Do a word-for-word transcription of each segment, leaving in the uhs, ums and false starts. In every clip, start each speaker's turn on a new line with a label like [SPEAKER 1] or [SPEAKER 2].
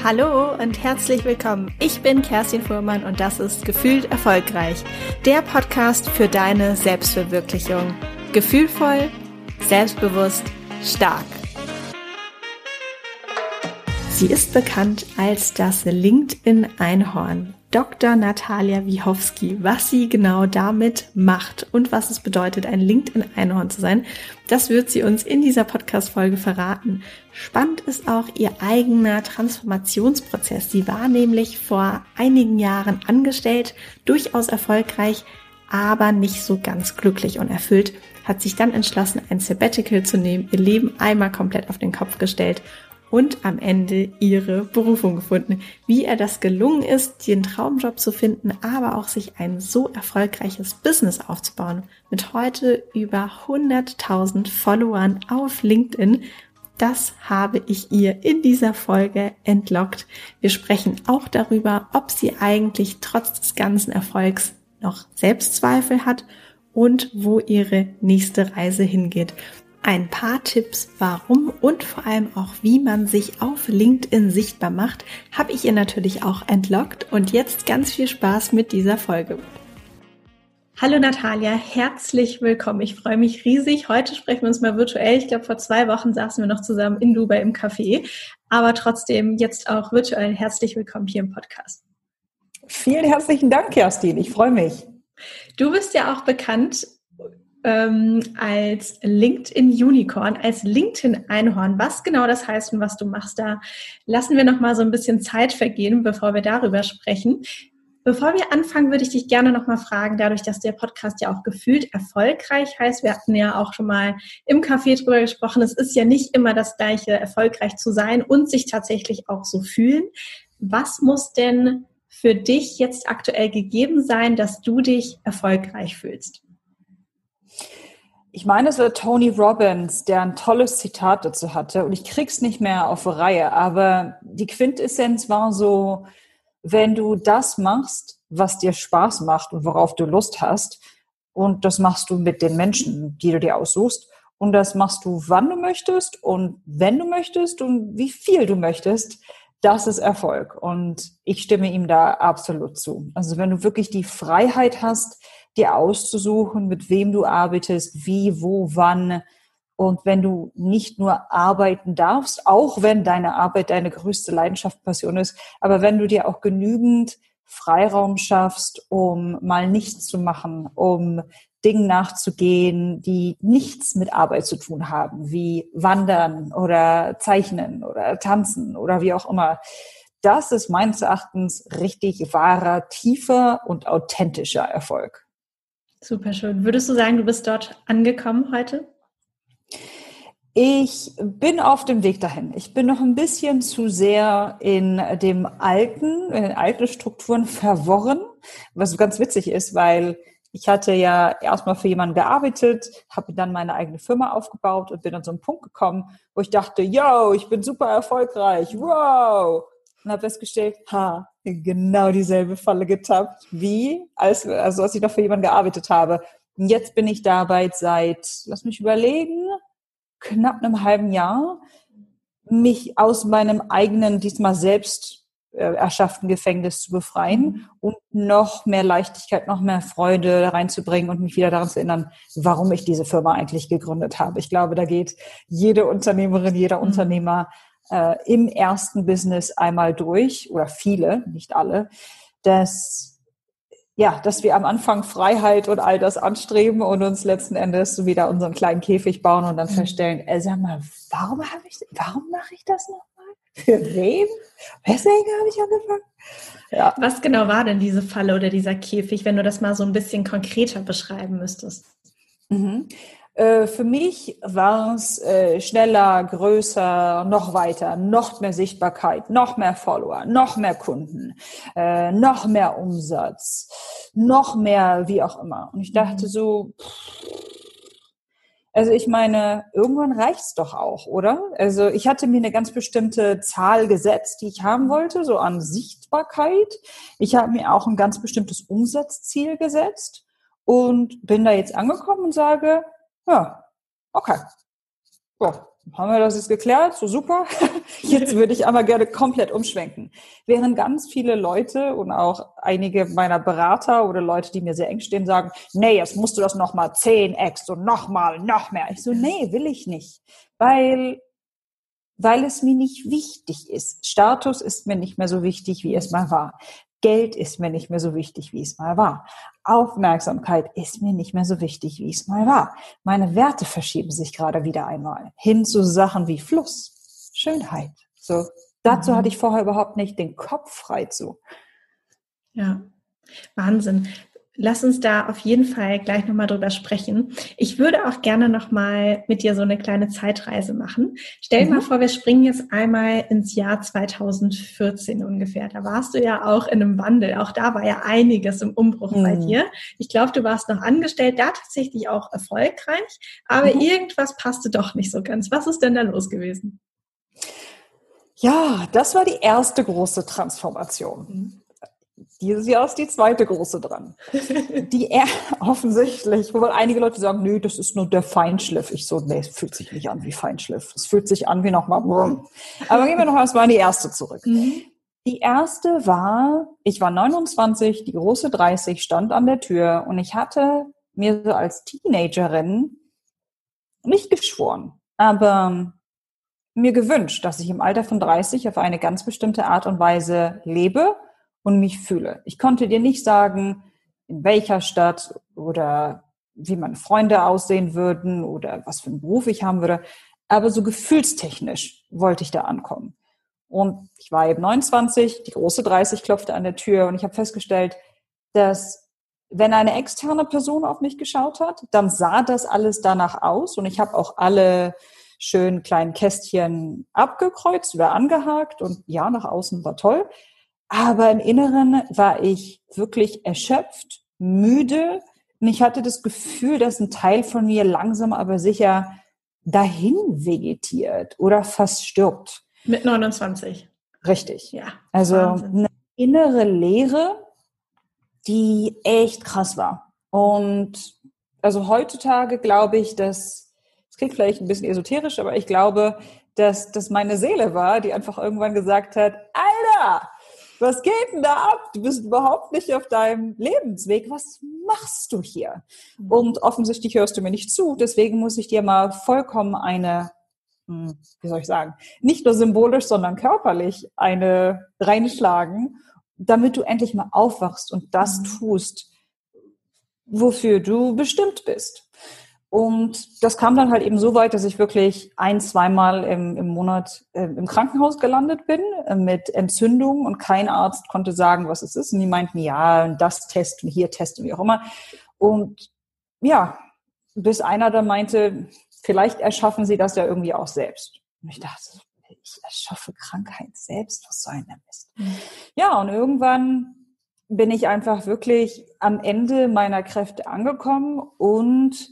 [SPEAKER 1] Hallo und herzlich willkommen. Ich bin Kerstin Fuhrmann und das ist Gefühlt Erfolgreich, der Podcast für deine Selbstverwirklichung. Gefühlvoll, selbstbewusst, stark. Sie ist bekannt als das LinkedIn-Einhorn. Doktor Natalia Wiechowski, was sie genau damit macht und was es bedeutet, ein LinkedIn-Einhorn zu sein, das wird sie uns in dieser Podcast-Folge verraten. Spannend ist auch ihr eigener Transformationsprozess. Sie war nämlich vor einigen Jahren angestellt, durchaus erfolgreich, aber nicht so ganz glücklich und erfüllt, hat sich dann entschlossen, ein Sabbatical zu nehmen, ihr Leben einmal komplett auf den Kopf gestellt und am Ende ihre Berufung gefunden. Wie ihr das gelungen ist, den Traumjob zu finden, aber auch sich ein so erfolgreiches Business aufzubauen, mit heute über hunderttausend Followern auf LinkedIn, das habe ich ihr in dieser Folge entlockt. Wir sprechen auch darüber, ob sie eigentlich trotz des ganzen Erfolgs noch Selbstzweifel hat und wo ihre nächste Reise hingeht. Ein paar Tipps, warum und vor allem auch, wie man sich auf LinkedIn sichtbar macht, habe ich ihr natürlich auch entlockt und jetzt ganz viel Spaß mit dieser Folge. Hallo Natalia, herzlich willkommen. Ich freue mich riesig. Heute sprechen wir uns mal virtuell. Ich glaube, vor zwei Wochen saßen wir noch zusammen in Dubai im Café, aber trotzdem jetzt auch virtuell herzlich willkommen hier im Podcast.
[SPEAKER 2] Vielen herzlichen Dank, Kerstin. Ich freue mich.
[SPEAKER 1] Du bist ja auch bekannt als LinkedIn-Unicorn, als LinkedIn-Einhorn. Was genau das heißt und was du machst, da lassen wir noch mal so ein bisschen Zeit vergehen, bevor wir darüber sprechen. Bevor wir anfangen, würde ich dich gerne noch mal fragen, dadurch, dass der Podcast ja auch gefühlt erfolgreich heißt, wir hatten ja auch schon mal im Café drüber gesprochen, es ist ja nicht immer das Gleiche, erfolgreich zu sein und sich tatsächlich auch so fühlen. Was muss denn für dich jetzt aktuell gegeben sein, dass du dich erfolgreich fühlst?
[SPEAKER 2] Ich meine, es war Tony Robbins, der ein tolles Zitat dazu hatte und ich krieg's nicht mehr auf Reihe, aber die Quintessenz war so, wenn du das machst, was dir Spaß macht und worauf du Lust hast und das machst du mit den Menschen, die du dir aussuchst und das machst du, wann du möchtest und wenn du möchtest und wie viel du möchtest, das ist Erfolg und ich stimme ihm da absolut zu. Also wenn du wirklich die Freiheit hast, dir auszusuchen, mit wem du arbeitest, wie, wo, wann. Und wenn du nicht nur arbeiten darfst, auch wenn deine Arbeit deine größte Leidenschaft, Passion ist, aber wenn du dir auch genügend Freiraum schaffst, um mal nichts zu machen, um Dingen nachzugehen, die nichts mit Arbeit zu tun haben, wie Wandern oder Zeichnen oder Tanzen oder wie auch immer. Das ist meines Erachtens richtig wahrer, tiefer und authentischer Erfolg.
[SPEAKER 1] Super schön. Würdest du sagen, du bist dort angekommen heute?
[SPEAKER 2] Ich bin auf dem Weg dahin. Ich bin noch ein bisschen zu sehr in dem alten, in den alten Strukturen verworren, was ganz witzig ist, weil ich hatte ja erstmal für jemanden gearbeitet, habe dann meine eigene Firma aufgebaut und bin an so einen Punkt gekommen, wo ich dachte, yo, ich bin super erfolgreich, wow. Und habe festgestellt, ha, genau dieselbe Falle getappt, wie als, also als ich noch für jemanden gearbeitet habe. Und jetzt bin ich dabei seit, lass mich überlegen, knapp einem halben Jahr, mich aus meinem eigenen, diesmal selbst äh, erschafften Gefängnis zu befreien mhm. und noch mehr Leichtigkeit, noch mehr Freude reinzubringen und mich wieder daran zu erinnern, warum ich diese Firma eigentlich gegründet habe. Ich glaube, da geht jede Unternehmerin, jeder mhm. Unternehmer Äh, im ersten Business einmal durch, oder viele, nicht alle, dass, ja, dass wir am Anfang Freiheit und all das anstreben und uns letzten Endes so wieder unseren kleinen Käfig bauen und dann mhm. feststellen, äh, sag mal, warum habe ich, warum mache ich das nochmal? Für wen? Weswegen habe ich angefangen?
[SPEAKER 1] Ja. Was genau war denn diese Falle oder dieser Käfig, wenn du das mal so ein bisschen konkreter beschreiben müsstest?
[SPEAKER 2] Mhm. Für mich war es äh, schneller, größer, noch weiter, noch mehr Sichtbarkeit, noch mehr Follower, noch mehr Kunden, äh, noch mehr Umsatz, noch mehr wie auch immer. Und ich dachte so, also ich meine, irgendwann reicht's doch auch, oder? Also ich hatte mir eine ganz bestimmte Zahl gesetzt, die ich haben wollte, so an Sichtbarkeit. Ich habe mir auch ein ganz bestimmtes Umsatzziel gesetzt und bin da jetzt angekommen und sage, ja, okay. So, haben wir das jetzt geklärt, so super. Jetzt würde ich aber gerne komplett umschwenken. Während ganz viele Leute und auch einige meiner Berater oder Leute, die mir sehr eng stehen, sagen, nee, jetzt musst du das nochmal zehn X und nochmal, noch mehr. Ich so, nee, will ich nicht. Weil, weil es mir nicht wichtig ist. Status ist mir nicht mehr so wichtig, wie es mal war. Geld ist mir nicht mehr so wichtig, wie es mal war. Aufmerksamkeit ist mir nicht mehr so wichtig, wie es mal war. Meine Werte verschieben sich gerade wieder einmal hin zu Sachen wie Fluss, Schönheit. So, dazu mhm. hatte ich vorher überhaupt nicht den Kopf frei zu.
[SPEAKER 1] Ja, Wahnsinn. Lass uns da auf jeden Fall gleich nochmal drüber sprechen. Ich würde auch gerne nochmal mit dir so eine kleine Zeitreise machen. Stell dir mhm. mal vor, wir springen jetzt einmal ins Jahr zweitausendvierzehn ungefähr. Da warst du ja auch in einem Wandel. Auch da war ja einiges im Umbruch mhm. bei dir. Ich glaube, du warst noch angestellt, da tatsächlich auch erfolgreich. Aber mhm. irgendwas passte doch nicht so ganz. Was ist denn da los gewesen?
[SPEAKER 2] Ja, das war die erste große Transformation. Mhm. Dieses Jahr ist die zweite große dran. Die er offensichtlich, wobei einige Leute sagen, nö, das ist nur der Feinschliff. Ich so, nee, es fühlt sich nicht an wie Feinschliff. Es fühlt sich an wie nochmal. Aber gehen wir noch erstmal an die erste zurück. Mhm. Die erste war, ich war neunundzwanzig, die große dreißig stand an der Tür und ich hatte mir so als Teenagerin nicht geschworen, aber mir gewünscht, dass ich im Alter von dreißig auf eine ganz bestimmte Art und Weise lebe und mich fühle. Ich konnte dir nicht sagen, in welcher Stadt oder wie meine Freunde aussehen würden oder was für einen Beruf ich haben würde, aber so gefühlstechnisch wollte ich da ankommen. Und ich war eben neunundzwanzig, die große dreißig klopfte an der Tür und ich habe festgestellt, dass wenn eine externe Person auf mich geschaut hat, dann sah das alles danach aus und ich habe auch alle schönen kleinen Kästchen abgekreuzt oder angehakt und ja, nach außen war toll. Aber im Inneren war ich wirklich erschöpft, müde und ich hatte das Gefühl, dass ein Teil von mir langsam aber sicher dahin vegetiert oder fast stirbt.
[SPEAKER 1] Mit neunundzwanzig.
[SPEAKER 2] Richtig.
[SPEAKER 1] Ja.
[SPEAKER 2] Also
[SPEAKER 1] Wahnsinn.
[SPEAKER 2] Eine innere Leere, die echt krass war. Und also heutzutage glaube ich, dass, das klingt vielleicht ein bisschen esoterisch, aber ich glaube, dass das meine Seele war, die einfach irgendwann gesagt hat, Alter, was geht denn da ab? Du bist überhaupt nicht auf deinem Lebensweg. Was machst du hier? Mhm. Und offensichtlich hörst du mir nicht zu. Deswegen muss ich dir mal vollkommen eine, wie soll ich sagen, nicht nur symbolisch, sondern körperlich eine reinschlagen, damit du endlich mal aufwachst und das mhm. tust, wofür du bestimmt bist. Und das kam dann halt eben so weit, dass ich wirklich ein-, zweimal im, im Monat äh, im Krankenhaus gelandet bin äh, mit Entzündung und kein Arzt konnte sagen, was es ist. Und die meinten, ja, das testen, hier testen, wie auch immer. Und ja, bis einer dann meinte, vielleicht erschaffen Sie das ja irgendwie auch selbst. Und ich dachte, ich erschaffe Krankheit selbst, was soll denn der Mist? Mhm. Ja, und irgendwann bin ich einfach wirklich am Ende meiner Kräfte angekommen und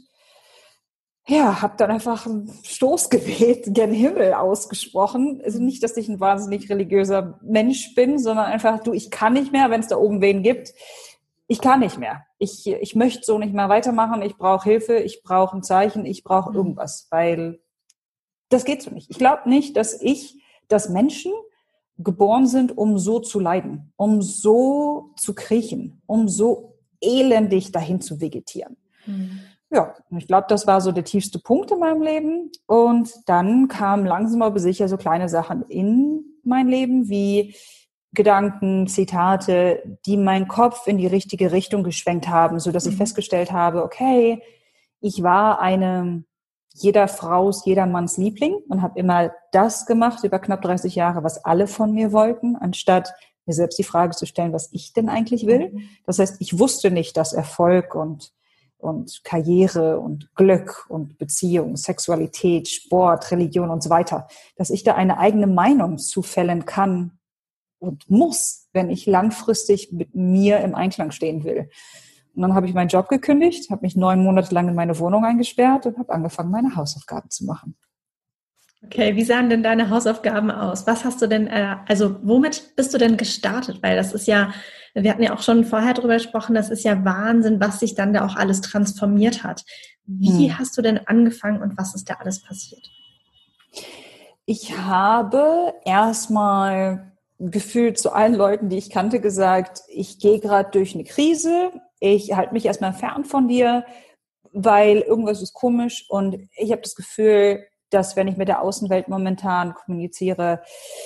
[SPEAKER 2] ja, habe dann einfach ein Stoßgebet gen Himmel ausgesprochen. Also nicht, dass ich ein wahnsinnig religiöser Mensch bin, sondern einfach, du, ich kann nicht mehr, wenn es da oben wen gibt. Ich kann nicht mehr. Ich, ich möchte so nicht mehr weitermachen. Ich brauche Hilfe, ich brauche ein Zeichen, ich brauche mhm. irgendwas, weil das geht so nicht. Ich glaube nicht, dass ich, dass Menschen geboren sind, um so zu leiden, um so zu kriechen, um so elendig dahin zu vegetieren. Mhm. Ja, ich glaube, das war so der tiefste Punkt in meinem Leben. Und dann kamen langsam aber sicher so kleine Sachen in mein Leben, wie Gedanken, Zitate, die meinen Kopf in die richtige Richtung geschwenkt haben, so dass ich festgestellt habe, okay, ich war eine jeder Fraus, jedermanns Liebling und habe immer das gemacht über knapp dreißig Jahre, was alle von mir wollten, anstatt mir selbst die Frage zu stellen, was ich denn eigentlich will. Das heißt, ich wusste nicht, dass Erfolg und und Karriere und Glück und Beziehung, Sexualität, Sport, Religion und so weiter, dass ich da eine eigene Meinung zufällen kann und muss, wenn ich langfristig mit mir im Einklang stehen will. Und dann habe ich meinen Job gekündigt, habe mich neun Monate lang in meine Wohnung eingesperrt und habe angefangen, meine Hausaufgaben zu machen.
[SPEAKER 1] Okay, wie sahen denn deine Hausaufgaben aus? Was hast du denn, äh, also womit bist du denn gestartet? Weil das ist ja, wir hatten ja auch schon vorher drüber gesprochen, das ist ja Wahnsinn, was sich dann da auch alles transformiert hat. Wie hm. hast du denn angefangen und was ist da alles passiert?
[SPEAKER 2] Ich habe erstmal gefühlt zu allen Leuten, die ich kannte, gesagt, ich gehe gerade durch eine Krise, ich halte mich erstmal fern von dir, weil irgendwas ist komisch und ich habe das Gefühl, dass wenn ich mit der Außenwelt momentan kommuniziere,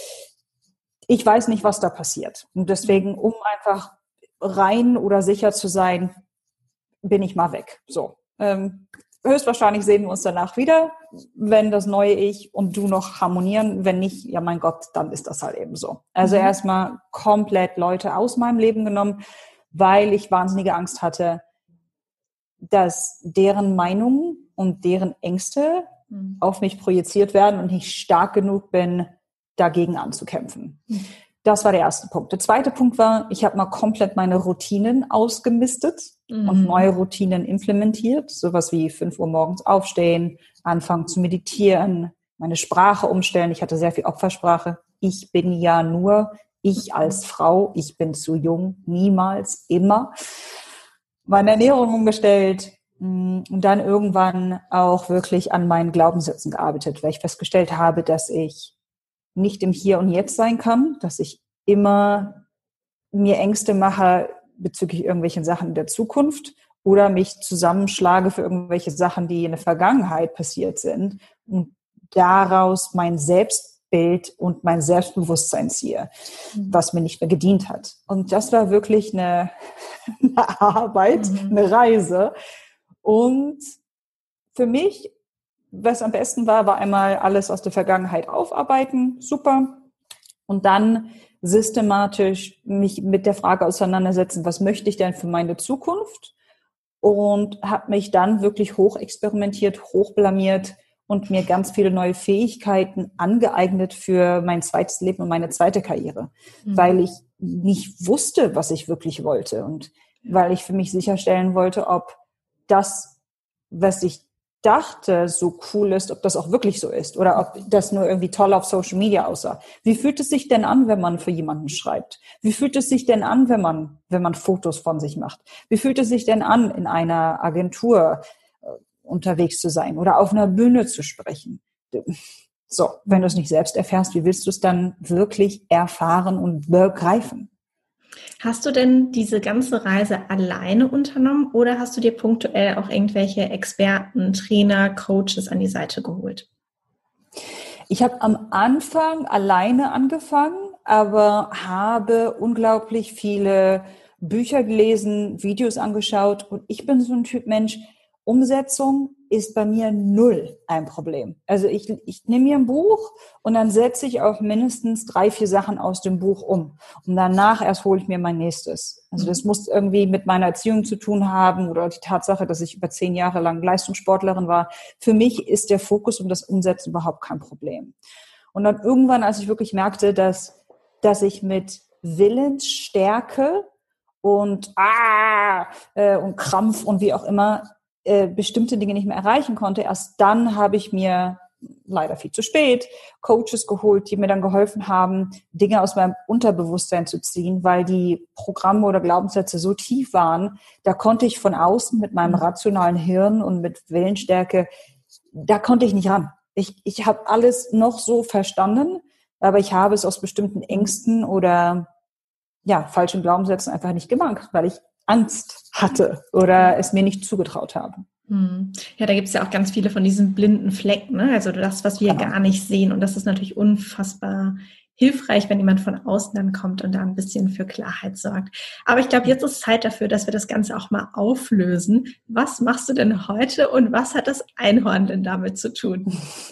[SPEAKER 2] ich weiß nicht, was da passiert. Und deswegen, um einfach rein oder sicher zu sein, bin ich mal weg. So. Ähm, höchstwahrscheinlich sehen wir uns danach wieder, wenn das neue Ich und du noch harmonieren. Wenn nicht, ja mein Gott, dann ist das halt eben so. Also mhm. erstmal komplett Leute aus meinem Leben genommen, weil ich wahnsinnige Angst hatte, dass deren Meinungen und deren Ängste mhm. auf mich projiziert werden und ich stark genug bin, dagegen anzukämpfen. Mhm. Das war der erste Punkt. Der zweite Punkt war, ich habe mal komplett meine Routinen ausgemistet mhm. und neue Routinen implementiert. Sowas wie fünf Uhr morgens aufstehen, anfangen zu meditieren, meine Sprache umstellen. Ich hatte sehr viel Opfersprache. Ich bin ja nur ich als Frau. Ich bin zu jung. Niemals, immer. Meine Ernährung umgestellt und dann irgendwann auch wirklich an meinen Glaubenssätzen gearbeitet, weil ich festgestellt habe, dass ich nicht im Hier und Jetzt sein kann, dass ich immer mir Ängste mache bezüglich irgendwelchen Sachen in der Zukunft oder mich zusammenschlage für irgendwelche Sachen, die in der Vergangenheit passiert sind und daraus mein Selbstbild und mein Selbstbewusstsein ziehe, mhm. was mir nicht mehr gedient hat. Und das war wirklich eine, eine Arbeit, mhm. eine Reise. Und für mich, was am besten war, war einmal alles aus der Vergangenheit aufarbeiten, super. Und dann systematisch mich mit der Frage auseinandersetzen, was möchte ich denn für meine Zukunft? Und habe mich dann wirklich hoch experimentiert, hoch blamiert und mir ganz viele neue Fähigkeiten angeeignet für mein zweites Leben und meine zweite Karriere, mhm. weil ich nicht wusste, was ich wirklich wollte und weil ich für mich sicherstellen wollte, ob das, was ich dachte, so cool ist, ob das auch wirklich so ist oder ob das nur irgendwie toll auf Social Media aussah. Wie fühlt es sich denn an, wenn man für jemanden schreibt? Wie fühlt es sich denn an, wenn man, wenn man Fotos von sich macht? Wie fühlt es sich denn an, in einer Agentur äh, unterwegs zu sein oder auf einer Bühne zu sprechen? So, wenn du es nicht selbst erfährst, wie willst du es dann wirklich erfahren und begreifen?
[SPEAKER 1] Hast du denn diese ganze Reise alleine unternommen oder hast du dir punktuell auch irgendwelche Experten, Trainer, Coaches an die Seite geholt?
[SPEAKER 2] Ich habe am Anfang alleine angefangen, aber habe unglaublich viele Bücher gelesen, Videos angeschaut und ich bin so ein Typ Mensch, Umsetzung ist bei mir null ein Problem. Also ich, ich nehme mir ein Buch und dann setze ich auch mindestens drei, vier Sachen aus dem Buch um. Und danach erst hole ich mir mein nächstes. Also das muss irgendwie mit meiner Erziehung zu tun haben oder die Tatsache, dass ich über zehn Jahre lang Leistungssportlerin war. Für mich ist der Fokus und das Umsetzen überhaupt kein Problem. Und dann irgendwann, als ich wirklich merkte, dass, dass ich mit Willensstärke und, ah, äh, und Krampf und wie auch immer bestimmte Dinge nicht mehr erreichen konnte, erst dann habe ich mir leider viel zu spät Coaches geholt, die mir dann geholfen haben, Dinge aus meinem Unterbewusstsein zu ziehen, weil die Programme oder Glaubenssätze so tief waren, da konnte ich von außen mit meinem rationalen Hirn und mit Willensstärke, da konnte ich nicht ran. Ich, ich habe alles noch so verstanden, aber ich habe es aus bestimmten Ängsten oder ja, falschen Glaubenssätzen einfach nicht gemacht, weil ich Angst hatte oder es mir nicht zugetraut habe.
[SPEAKER 1] Ja, da gibt es ja auch ganz viele von diesen blinden Flecken, ne? Also das, was wir genau. gar nicht sehen. Und das ist natürlich unfassbar hilfreich, wenn jemand von außen dann kommt und da ein bisschen für Klarheit sorgt. Aber ich glaube, jetzt ist Zeit dafür, dass wir das Ganze auch mal auflösen. Was machst du denn heute und was hat das Einhorn denn damit zu tun?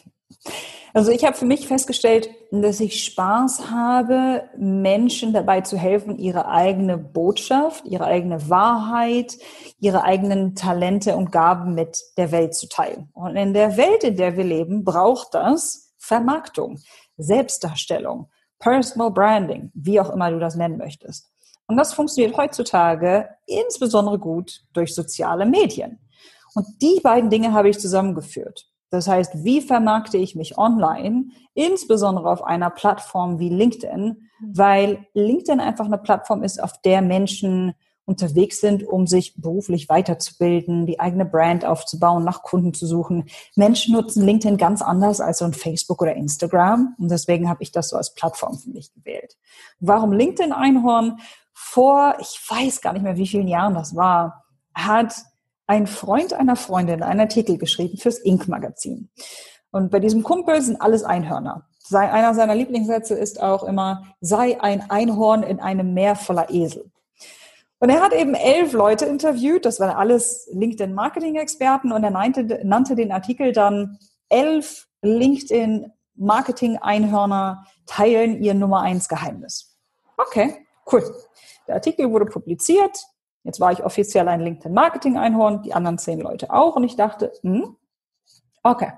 [SPEAKER 2] Also ich habe für mich festgestellt, dass ich Spaß habe, Menschen dabei zu helfen, ihre eigene Botschaft, ihre eigene Wahrheit, ihre eigenen Talente und Gaben mit der Welt zu teilen. Und in der Welt, in der wir leben, braucht das Vermarktung, Selbstdarstellung, Personal Branding, wie auch immer du das nennen möchtest. Und das funktioniert heutzutage insbesondere gut durch soziale Medien. Und die beiden Dinge habe ich zusammengeführt. Das heißt, wie vermarkte ich mich online, insbesondere auf einer Plattform wie LinkedIn, weil LinkedIn einfach eine Plattform ist, auf der Menschen unterwegs sind, um sich beruflich weiterzubilden, die eigene Brand aufzubauen, nach Kunden zu suchen. Menschen nutzen LinkedIn ganz anders als so ein Facebook oder Instagram. Und deswegen habe ich das so als Plattform für mich gewählt. Warum LinkedIn Einhorn? Vor, ich weiß gar nicht mehr, wie vielen Jahren das war, hat ein Freund einer Freundin einen Artikel geschrieben fürs Inc-Magazin. Und bei diesem Kumpel sind alles Einhörner. Sei, einer seiner Lieblingssätze ist auch immer, sei ein Einhorn in einem Meer voller Esel. Und er hat eben elf Leute interviewt, das waren alles LinkedIn-Marketing-Experten, und er nannte, nannte den Artikel dann elf LinkedIn-Marketing-Einhörner teilen ihr Nummer eins Geheimnis. Okay, cool. Der Artikel wurde publiziert, jetzt war ich offiziell ein LinkedIn-Marketing-Einhorn, die anderen zehn Leute auch, und ich dachte, hm, okay.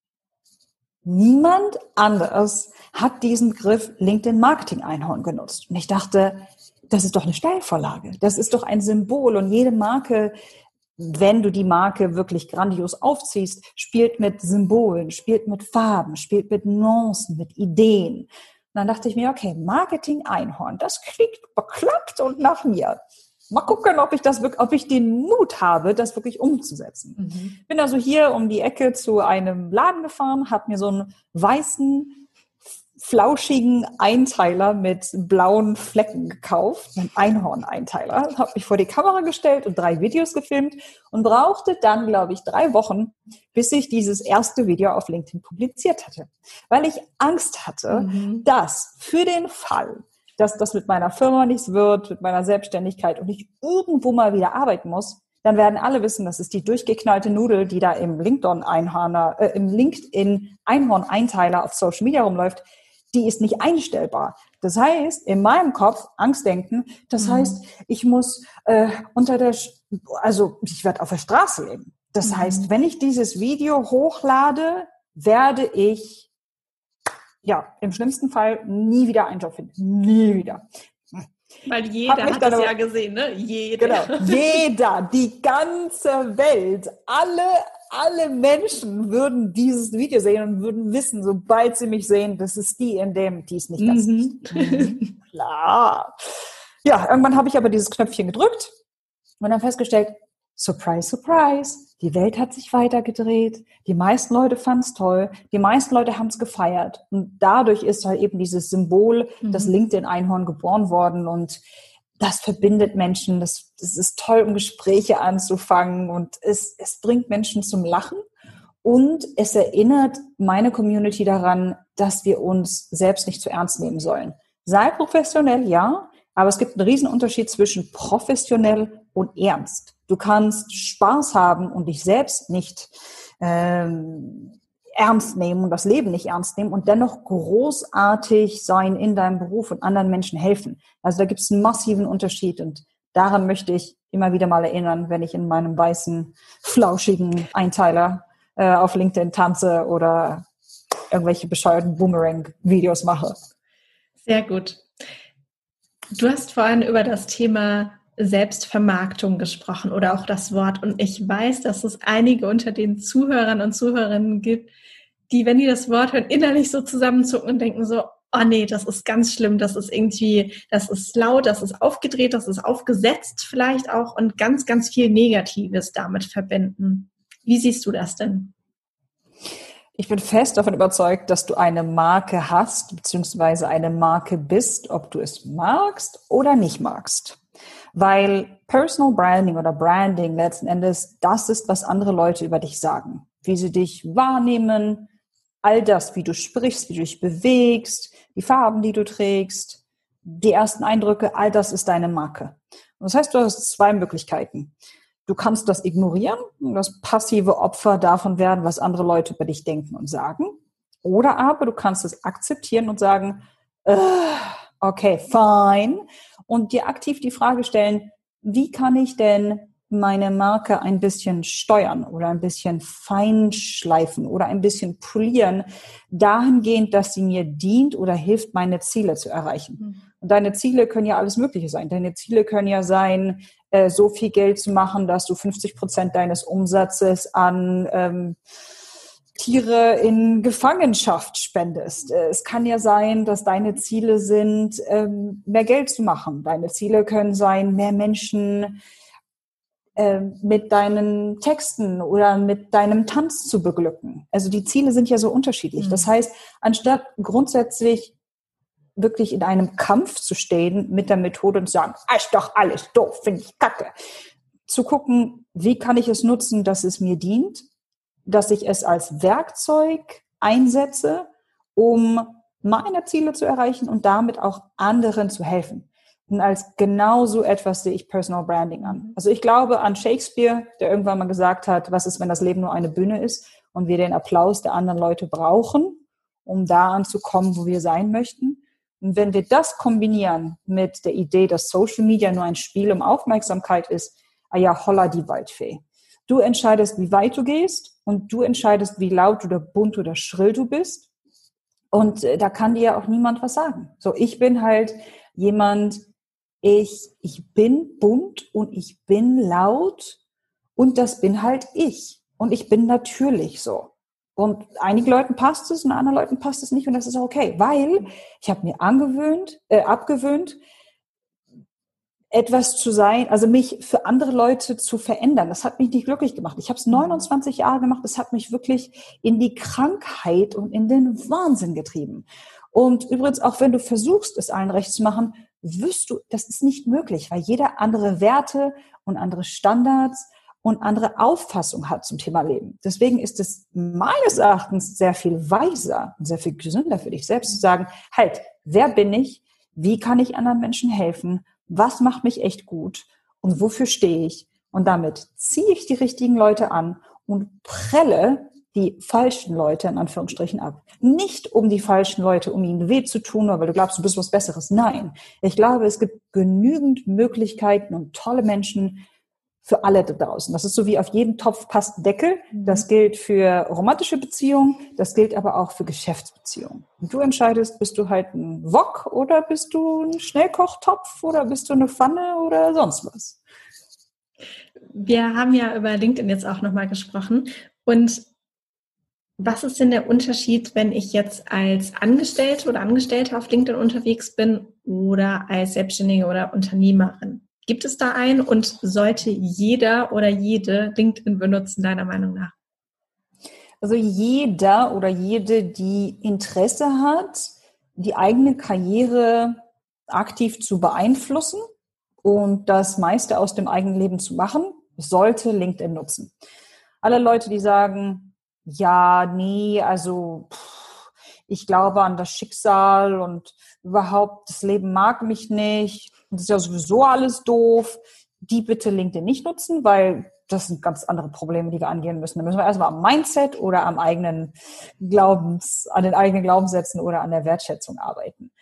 [SPEAKER 2] Niemand anderes hat diesen Begriff LinkedIn-Marketing-Einhorn genutzt. Und ich dachte, das ist doch eine Steilvorlage. Das ist doch ein Symbol. Und jede Marke, wenn du die Marke wirklich grandios aufziehst, spielt mit Symbolen, spielt mit Farben, spielt mit Nuancen, mit Ideen. Und dann dachte ich mir, okay, Marketing-Einhorn, das klingt bekloppt und nach mir. Mal gucken, ob ich das wirklich, ob ich den Mut habe, das wirklich umzusetzen. Mhm. Bin also hier um die Ecke zu einem Laden gefahren, habe mir so einen weißen, flauschigen Einteiler mit blauen Flecken gekauft, einen Einhorn-Einteiler, habe mich vor die Kamera gestellt und drei Videos gefilmt und brauchte dann, glaube ich, drei Wochen, bis ich dieses erste Video auf LinkedIn publiziert hatte. Weil ich Angst hatte, mhm. dass für den Fall, dass das mit meiner Firma nichts wird, mit meiner Selbstständigkeit und ich irgendwo mal wieder arbeiten muss, dann werden alle wissen, das ist die durchgeknallte Nudel, die da im LinkedIn-Einhorn, äh, im LinkedIn-Einhorn-Einteiler auf Social Media rumläuft, die ist nicht einstellbar. Das heißt, in meinem Kopf Angstdenken, das mhm. heißt, ich muss äh, unter der, also ich werde auf der Straße leben. Das mhm. heißt, wenn ich dieses Video hochlade, werde ich ja im schlimmsten Fall nie wieder einen Job finden. Nie wieder.
[SPEAKER 1] Weil jeder hat das ja gesehen, ne? Jeder.
[SPEAKER 2] Genau, jeder, die ganze Welt, alle, alle Menschen würden dieses Video sehen und würden wissen, sobald sie mich sehen, das ist die in dem, die ist nicht das. Mhm. Mhm. Klar. Ja, irgendwann habe ich aber dieses Knöpfchen gedrückt und dann festgestellt, surprise, surprise, die Welt hat sich weitergedreht, die meisten Leute fanden es toll, die meisten Leute haben es gefeiert und dadurch ist halt eben dieses Symbol, mhm. das LinkedIn-Einhorn geboren worden und das verbindet Menschen, das, das ist toll, um Gespräche anzufangen und es, es bringt Menschen zum Lachen und es erinnert meine Community daran, dass wir uns selbst nicht zu ernst nehmen sollen. Sei professionell, ja, aber es gibt einen riesen Unterschied zwischen professionell und ernst. Du kannst Spaß haben und dich selbst nicht ähm, ernst nehmen und das Leben nicht ernst nehmen und dennoch großartig sein in deinem Beruf und anderen Menschen helfen. Also da gibt es einen massiven Unterschied und daran möchte ich immer wieder mal erinnern, wenn ich in meinem weißen, flauschigen Einteiler äh, auf LinkedIn tanze oder irgendwelche bescheuerten Boomerang-Videos mache.
[SPEAKER 1] Sehr gut. Du hast vorhin über das Thema Selbstvermarktung gesprochen oder auch das Wort. Und ich weiß, dass es einige unter den Zuhörern und Zuhörerinnen gibt, die, wenn die das Wort hören, innerlich so zusammenzucken und denken so, oh nee, das ist ganz schlimm, das ist irgendwie, das ist laut, das ist aufgedreht, das ist aufgesetzt vielleicht auch und ganz, ganz viel Negatives damit verbinden. Wie siehst du das denn?
[SPEAKER 2] Ich bin fest davon überzeugt, dass du eine Marke hast, beziehungsweise eine Marke bist, ob du es magst oder nicht magst. Weil Personal Branding oder Branding letzten Endes, das ist, was andere Leute über dich sagen. Wie sie dich wahrnehmen, all das, wie du sprichst, wie du dich bewegst, die Farben, die du trägst, die ersten Eindrücke, all das ist deine Marke. Und das heißt, du hast zwei Möglichkeiten. Du kannst das ignorieren und das passive Opfer davon werden, was andere Leute über dich denken und sagen. Oder aber du kannst es akzeptieren und sagen, okay, fine. Und dir aktiv die Frage stellen, wie kann ich denn meine Marke ein bisschen steuern oder ein bisschen feinschleifen oder ein bisschen polieren, dahingehend, dass sie mir dient oder hilft, meine Ziele zu erreichen. Mhm. Und deine Ziele können ja alles Mögliche sein. Deine Ziele können ja sein, so viel Geld zu machen, dass du fünfzig Prozent deines Umsatzes an ähm, Tiere in Gefangenschaft spendest. Es kann ja sein, dass deine Ziele sind, mehr Geld zu machen. Deine Ziele können sein, mehr Menschen mit deinen Texten oder mit deinem Tanz zu beglücken. Also die Ziele sind ja so unterschiedlich. Das heißt, anstatt grundsätzlich wirklich in einem Kampf zu stehen mit der Methode und zu sagen, ah, ist doch alles doof, finde ich kacke, zu gucken, wie kann ich es nutzen, dass es mir dient, dass ich es als Werkzeug einsetze, um meine Ziele zu erreichen und damit auch anderen zu helfen. Und als genau so etwas sehe ich Personal Branding an. Also ich glaube an Shakespeare, der irgendwann mal gesagt hat, was ist, wenn das Leben nur eine Bühne ist und wir den Applaus der anderen Leute brauchen, um da anzukommen, wo wir sein möchten. Und wenn wir das kombinieren mit der Idee, dass Social Media nur ein Spiel um Aufmerksamkeit ist, ah ja, holla die Waldfee. Du entscheidest, wie weit du gehst und du entscheidest, wie laut oder bunt oder schrill du bist. Und da kann dir ja auch niemand was sagen. So, ich bin halt jemand, Ich, ich bin bunt und ich bin laut und das bin halt ich. Und ich bin natürlich so. Und einigen Leuten passt es und anderen Leuten passt es nicht und das ist okay, weil ich habe mir angewöhnt, äh, abgewöhnt, etwas zu sein, also mich für andere Leute zu verändern. Das hat mich nicht glücklich gemacht. Ich habe es neunundzwanzig Jahre gemacht. Das hat mich wirklich in die Krankheit und in den Wahnsinn getrieben. Und übrigens, auch wenn du versuchst, es allen recht zu machen, wirst du, das ist nicht möglich, weil jeder andere Werte und andere Standards und andere Auffassung hat zum Thema Leben. Deswegen ist es meines Erachtens sehr viel weiser und sehr viel gesünder für dich selbst zu sagen, halt, wer bin ich? Wie kann ich anderen Menschen helfen? Was macht mich echt gut? Und wofür stehe ich? Und damit ziehe ich die richtigen Leute an und prelle die falschen Leute in Anführungsstrichen ab. Nicht um die falschen Leute, um ihnen weh zu tun, oder weil du glaubst, du bist was Besseres. Nein, ich glaube, es gibt genügend Möglichkeiten und tolle Menschen für alle da draußen. Das ist so wie auf jeden Topf passt ein Deckel. Das gilt für romantische Beziehungen, das gilt aber auch für Geschäftsbeziehungen. Und du entscheidest, bist du halt ein Wok oder bist du ein Schnellkochtopf oder bist du eine Pfanne oder sonst was.
[SPEAKER 1] Wir haben ja über LinkedIn jetzt auch nochmal gesprochen und was ist denn der Unterschied, wenn ich jetzt als Angestellte oder Angestellte auf LinkedIn unterwegs bin oder als Selbstständige oder Unternehmerin? Gibt es da einen und sollte jeder oder jede LinkedIn benutzen, deiner Meinung nach?
[SPEAKER 2] Also jeder oder jede, die Interesse hat, die eigene Karriere aktiv zu beeinflussen und das meiste aus dem eigenen Leben zu machen, sollte LinkedIn nutzen. Alle Leute, die sagen, ja, nee, also pff, ich glaube an das Schicksal und überhaupt das Leben mag mich nicht und das ist ja sowieso alles doof, die bitte LinkedIn nicht nutzen, weil das sind ganz andere Probleme, die wir angehen müssen. Da müssen wir erstmal am Mindset oder am eigenen Glaubens, an den eigenen Glaubenssätzen oder an der Wertschätzung arbeiten.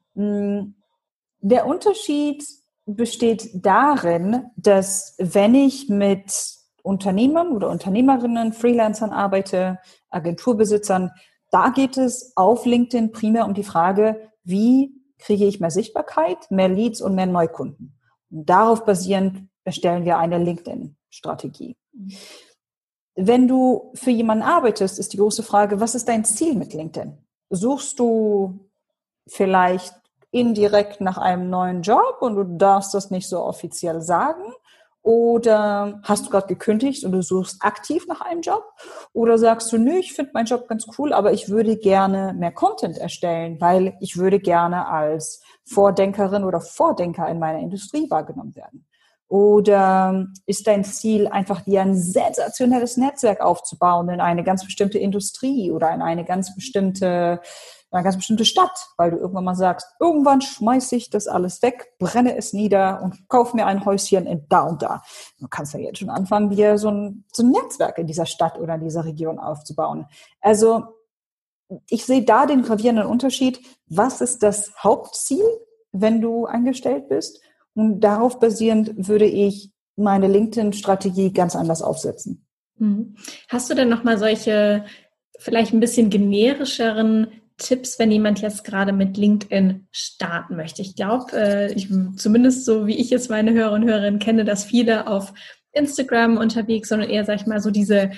[SPEAKER 2] Der Unterschied besteht darin, dass wenn ich mit Unternehmern oder Unternehmerinnen, Freelancern arbeite, Agenturbesitzern, da geht es auf LinkedIn primär um die Frage, wie kriege ich mehr Sichtbarkeit, mehr Leads und mehr Neukunden. Und darauf basierend erstellen wir eine LinkedIn-Strategie. Wenn du für jemanden arbeitest, ist die große Frage, was ist dein Ziel mit LinkedIn? Suchst du vielleicht indirekt nach einem neuen Job und du darfst das nicht so offiziell sagen? Oder hast du gerade gekündigt und du suchst aktiv nach einem Job? Oder sagst du, nö, ich finde meinen Job ganz cool, aber ich würde gerne mehr Content erstellen, weil ich würde gerne als Vordenkerin oder Vordenker in meiner Industrie wahrgenommen werden? Oder ist dein Ziel einfach, dir ein sensationelles Netzwerk aufzubauen in eine ganz bestimmte Industrie oder in eine ganz bestimmte eine ganz bestimmte Stadt, weil du irgendwann mal sagst, irgendwann schmeiße ich das alles weg, brenne es nieder und kaufe mir ein Häuschen in da und da. Du kannst ja jetzt schon anfangen, dir so ein, so ein Netzwerk in dieser Stadt oder in dieser Region aufzubauen. Also ich sehe da den gravierenden Unterschied. Was ist das Hauptziel, wenn du angestellt bist? Und darauf basierend würde ich meine LinkedIn-Strategie ganz anders aufsetzen.
[SPEAKER 1] Hast du denn nochmal solche vielleicht ein bisschen generischeren Tipps, wenn jemand jetzt gerade mit LinkedIn starten möchte? Ich glaube, äh, ich, zumindest so wie ich jetzt meine Hörer und Hörerinnen kenne, dass viele auf Instagram unterwegs, sondern eher, sag ich mal, so diese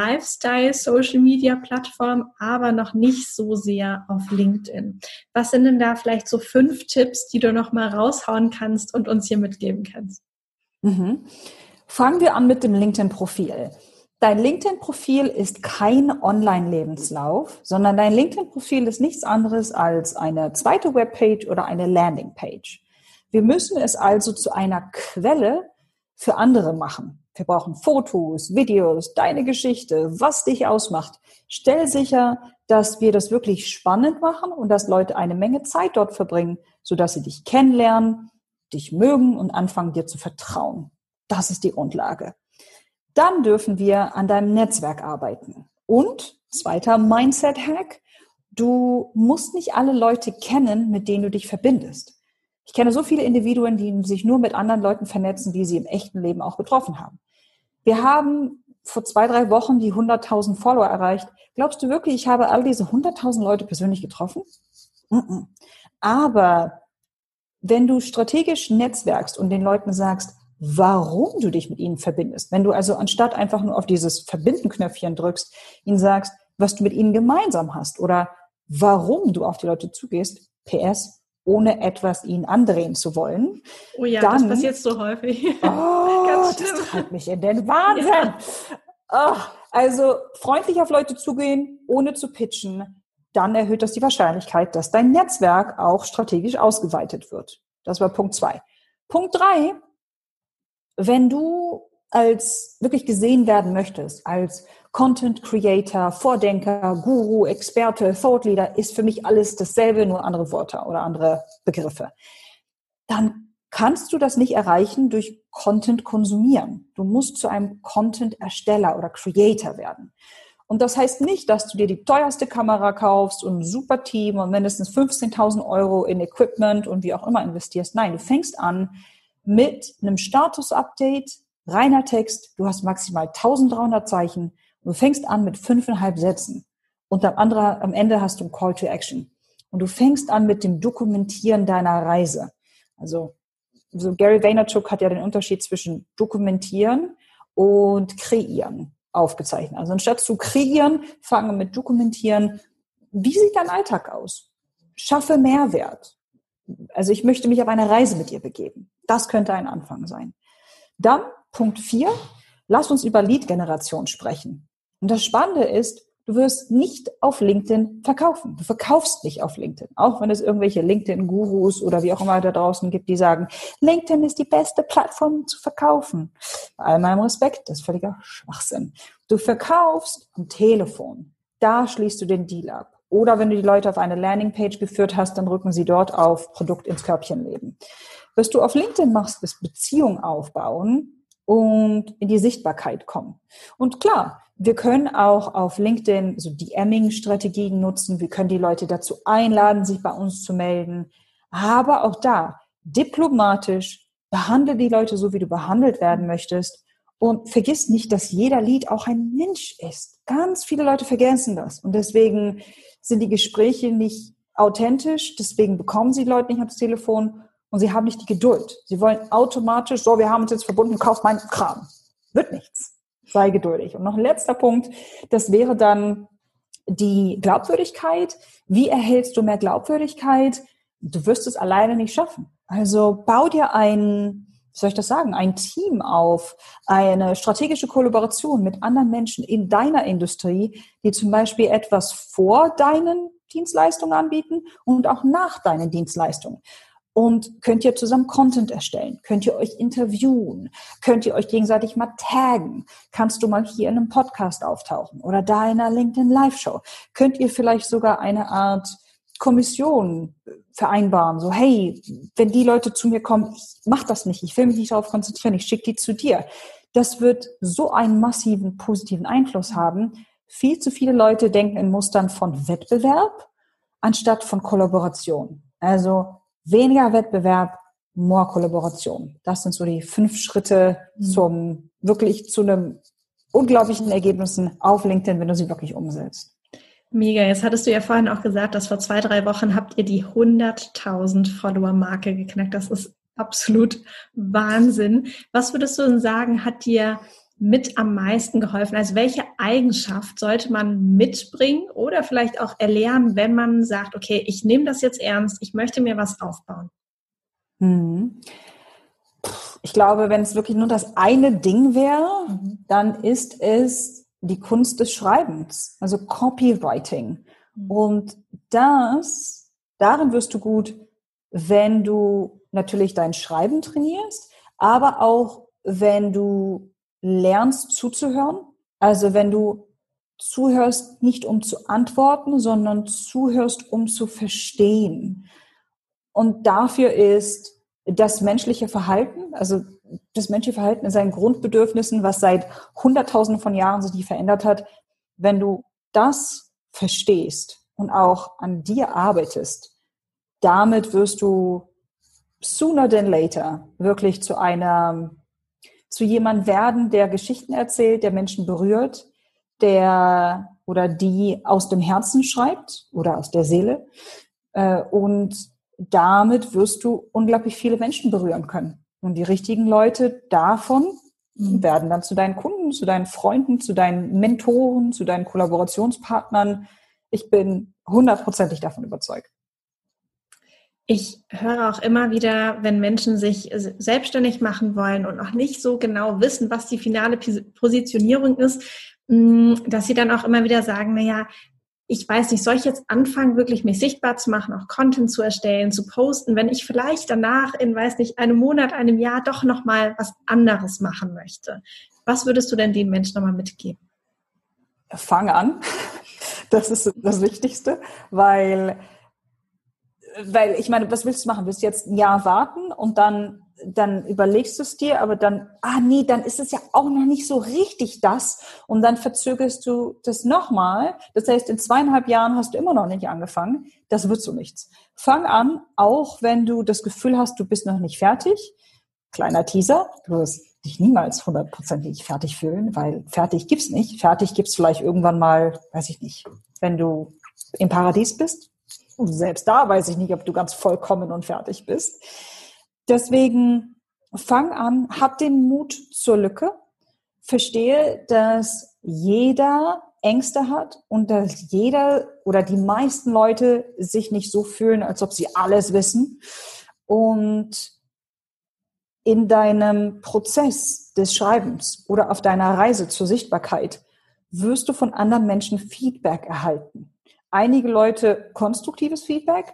[SPEAKER 1] Lifestyle-Social-Media-Plattform, aber noch nicht so sehr auf LinkedIn. Was sind denn da vielleicht so fünf Tipps, die du noch mal raushauen kannst und uns hier mitgeben kannst?
[SPEAKER 2] Mhm. Fangen wir an mit dem LinkedIn-Profil. Dein LinkedIn-Profil ist kein Online-Lebenslauf, sondern dein LinkedIn-Profil ist nichts anderes als eine zweite Webpage oder eine Landingpage. Wir müssen es also zu einer Quelle für andere machen. Wir brauchen Fotos, Videos, deine Geschichte, was dich ausmacht. Stell sicher, dass wir das wirklich spannend machen und dass Leute eine Menge Zeit dort verbringen, sodass sie dich kennenlernen, dich mögen und anfangen, dir zu vertrauen. Das ist die Grundlage. Dann dürfen wir an deinem Netzwerk arbeiten. Und, zweiter Mindset-Hack, du musst nicht alle Leute kennen, mit denen du dich verbindest. Ich kenne so viele Individuen, die sich nur mit anderen Leuten vernetzen, die sie im echten Leben auch getroffen haben. Wir haben vor zwei, drei Wochen die hunderttausend Follower erreicht. Glaubst du wirklich, ich habe all diese hunderttausend Leute persönlich getroffen? Mm-mm. Aber wenn du strategisch netzwerkst und den Leuten sagst, warum du dich mit ihnen verbindest, wenn du also anstatt einfach nur auf dieses Verbinden-Knöpfchen drückst, ihnen sagst, was du mit ihnen gemeinsam hast oder warum du auf die Leute zugehst, P S, ohne etwas ihnen andrehen zu wollen.
[SPEAKER 1] Oh ja,
[SPEAKER 2] dann,
[SPEAKER 1] das passiert so häufig.
[SPEAKER 2] Oh, das treibt mich in den Wahnsinn. Ja. Oh, also freundlich auf Leute zugehen, ohne zu pitchen, dann erhöht das die Wahrscheinlichkeit, dass dein Netzwerk auch strategisch ausgeweitet wird. Das war Punkt zwei. Punkt drei, wenn du als wirklich gesehen werden möchtest, als Content Creator, Vordenker, Guru, Experte, Thought Leader, ist für mich alles dasselbe, nur andere Worte oder andere Begriffe. Dann kannst du das nicht erreichen durch Content konsumieren. Du musst zu einem Content-Ersteller oder Creator werden. Und das heißt nicht, dass du dir die teuerste Kamera kaufst und ein super Team und mindestens fünfzehntausend Euro in Equipment und wie auch immer investierst. Nein, du fängst an mit einem Status-Update, reiner Text, du hast maximal eintausenddreihundert Zeichen und du fängst an mit fünfeinhalb Sätzen und am, andere, am Ende hast du ein Call to Action. Und du fängst an mit dem Dokumentieren deiner Reise. Also so Gary Vaynerchuk hat ja den Unterschied zwischen dokumentieren und kreieren aufgezeichnet. Also anstatt zu kreieren, fange mit dokumentieren. Wie sieht dein Alltag aus? Schaffe Mehrwert. Also ich möchte mich auf eine Reise mit dir begeben. Das könnte ein Anfang sein. Dann Punkt vier, lass uns über Lead-Generation sprechen. Und das Spannende ist, du wirst nicht auf LinkedIn verkaufen. Du verkaufst nicht auf LinkedIn. Auch wenn es irgendwelche LinkedIn-Gurus oder wie auch immer da draußen gibt, die sagen, LinkedIn ist die beste Plattform zu verkaufen. Bei all meinem Respekt, das ist völliger Schwachsinn. Du verkaufst am Telefon. Da schließt du den Deal ab. Oder wenn du die Leute auf eine Landingpage geführt hast, dann rücken sie dort auf Produkt ins Körbchen legen. Was du auf LinkedIn machst, ist Beziehung aufbauen und in die Sichtbarkeit kommen. Und klar, wir können auch auf LinkedIn so DMing-Strategien nutzen. Wir können die Leute dazu einladen, sich bei uns zu melden. Aber auch da, diplomatisch, behandle die Leute so, wie du behandelt werden möchtest. Und vergiss nicht, dass jeder Lead auch ein Mensch ist. Ganz viele Leute vergessen das. Und deswegen sind die Gespräche nicht authentisch. Deswegen bekommen sie die Leute nicht ans Telefon. Und sie haben nicht die Geduld. Sie wollen automatisch, so, wir haben uns jetzt verbunden, kauf meinen Kram. Wird nichts. Sei geduldig. Und noch ein letzter Punkt, das wäre dann die Glaubwürdigkeit. Wie erhältst du mehr Glaubwürdigkeit? Du wirst es alleine nicht schaffen. Also bau dir ein, wie soll ich das sagen, ein Team auf, eine strategische Kollaboration mit anderen Menschen in deiner Industrie, die zum Beispiel etwas vor deinen Dienstleistungen anbieten und auch nach deinen Dienstleistungen. Und könnt ihr zusammen Content erstellen? Könnt ihr euch interviewen? Könnt ihr euch gegenseitig mal taggen? Kannst du mal hier in einem Podcast auftauchen oder da in einer LinkedIn Live-Show? Könnt ihr vielleicht sogar eine Art Kommission vereinbaren? So, hey, wenn die Leute zu mir kommen, ich mach das nicht, ich will mich nicht darauf konzentrieren, ich schicke die zu dir. Das wird so einen massiven positiven Einfluss haben. Viel zu viele Leute denken in Mustern von Wettbewerb anstatt von Kollaboration. Also weniger Wettbewerb, more Kollaboration. Das sind so die fünf Schritte zum wirklich zu einem unglaublichen Ergebnissen auf LinkedIn, wenn du sie wirklich umsetzt.
[SPEAKER 1] Mega. Jetzt hattest du ja vorhin auch gesagt, dass vor zwei, drei Wochen habt ihr die hunderttausend Follower-Marke geknackt. Das ist absolut Wahnsinn. Was würdest du denn sagen, hat dir mit am meisten geholfen? Also welche Eigenschaft sollte man mitbringen oder vielleicht auch erlernen, wenn man sagt, okay, ich nehme das jetzt ernst, ich möchte mir was aufbauen?
[SPEAKER 2] Hm. Ich glaube, wenn es wirklich nur das eine Ding wäre, mhm. dann ist es die Kunst des Schreibens, also Copywriting. Mhm. Und das, darin wirst du gut, wenn du natürlich dein Schreiben trainierst, aber auch wenn du lernst zuzuhören. Also wenn du zuhörst, nicht um zu antworten, sondern zuhörst, um zu verstehen. Und dafür ist das menschliche Verhalten, also das menschliche Verhalten in seinen Grundbedürfnissen, was seit Hunderttausenden von Jahren sich nicht verändert hat, wenn du das verstehst und auch an dir arbeitest, damit wirst du sooner than later wirklich zu einer, zu jemand werden, der Geschichten erzählt, der Menschen berührt, der oder die aus dem Herzen schreibt oder aus der Seele. Und damit wirst du unglaublich viele Menschen berühren können. Und die richtigen Leute davon mhm. werden dann zu deinen Kunden, zu deinen Freunden, zu deinen Mentoren, zu deinen Kollaborationspartnern. Ich bin hundertprozentig davon überzeugt.
[SPEAKER 1] Ich höre auch immer wieder, wenn Menschen sich selbstständig machen wollen und noch nicht so genau wissen, was die finale Positionierung ist, dass sie dann auch immer wieder sagen, naja, ich weiß nicht, soll ich jetzt anfangen, wirklich mich sichtbar zu machen, auch Content zu erstellen, zu posten, wenn ich vielleicht danach in, weiß nicht, einem Monat, einem Jahr doch nochmal was anderes machen möchte? Was würdest du denn den Menschen nochmal mitgeben?
[SPEAKER 2] Fang an. Das ist das Wichtigste, weil, weil ich meine, was willst du machen? Willst du jetzt ein Jahr warten und dann, dann überlegst du es dir, aber dann, ah nee, dann ist es ja auch noch nicht so richtig das und dann verzögerst du das nochmal. Das heißt, in zweieinhalb Jahren hast du immer noch nicht angefangen. Das wird so nichts. Fang an, auch wenn du das Gefühl hast, du bist noch nicht fertig. Kleiner Teaser, du wirst dich niemals hundertprozentig fertig fühlen, weil fertig gibt's nicht. Fertig gibt's vielleicht irgendwann mal, weiß ich nicht, wenn du im Paradies bist. Und selbst da weiß ich nicht, ob du ganz vollkommen und fertig bist. Deswegen fang an, hab den Mut zur Lücke. Verstehe, dass jeder Ängste hat und dass jeder oder die meisten Leute sich nicht so fühlen, als ob sie alles wissen. Und in deinem Prozess des Schreibens oder auf deiner Reise zur Sichtbarkeit wirst du von anderen Menschen Feedback erhalten. Einige Leute konstruktives Feedback,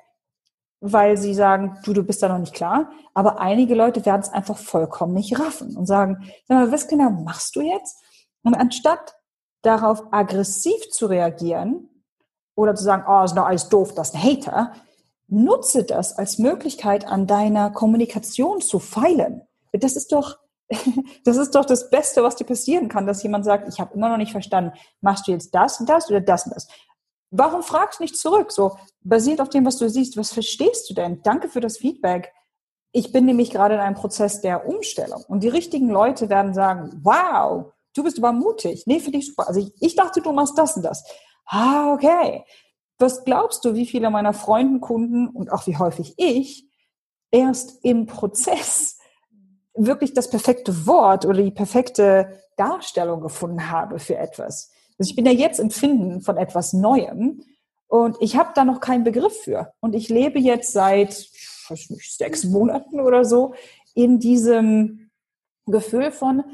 [SPEAKER 2] weil sie sagen, du, du bist da noch nicht klar. Aber einige Leute werden es einfach vollkommen nicht raffen und sagen, sag mal, was genau machst du jetzt? Und anstatt darauf aggressiv zu reagieren oder zu sagen, oh, ist doch alles doof, das ist ein Hater, nutze das als Möglichkeit, an deiner Kommunikation zu feilen. Das ist doch, das ist doch das Beste, was dir passieren kann, dass jemand sagt, ich habe immer noch nicht verstanden, machst du jetzt das und das oder das und das? Warum fragst du nicht zurück? So, basiert auf dem, was du siehst, was verstehst du denn? Danke für das Feedback. Ich bin nämlich gerade in einem Prozess der Umstellung. Und die richtigen Leute werden sagen, wow, du bist aber mutig. Nee, finde ich super. Also ich, ich dachte, du machst das und das. Ah, okay. Was glaubst du, wie viele meiner Freunde, Kunden und auch wie häufig ich erst im Prozess wirklich das perfekte Wort oder die perfekte Darstellung gefunden habe für etwas? Also ich bin ja jetzt im Finden von etwas Neuem und ich habe da noch keinen Begriff für. Und ich lebe jetzt seit, ich weiß nicht, sechs Monaten oder so in diesem Gefühl von,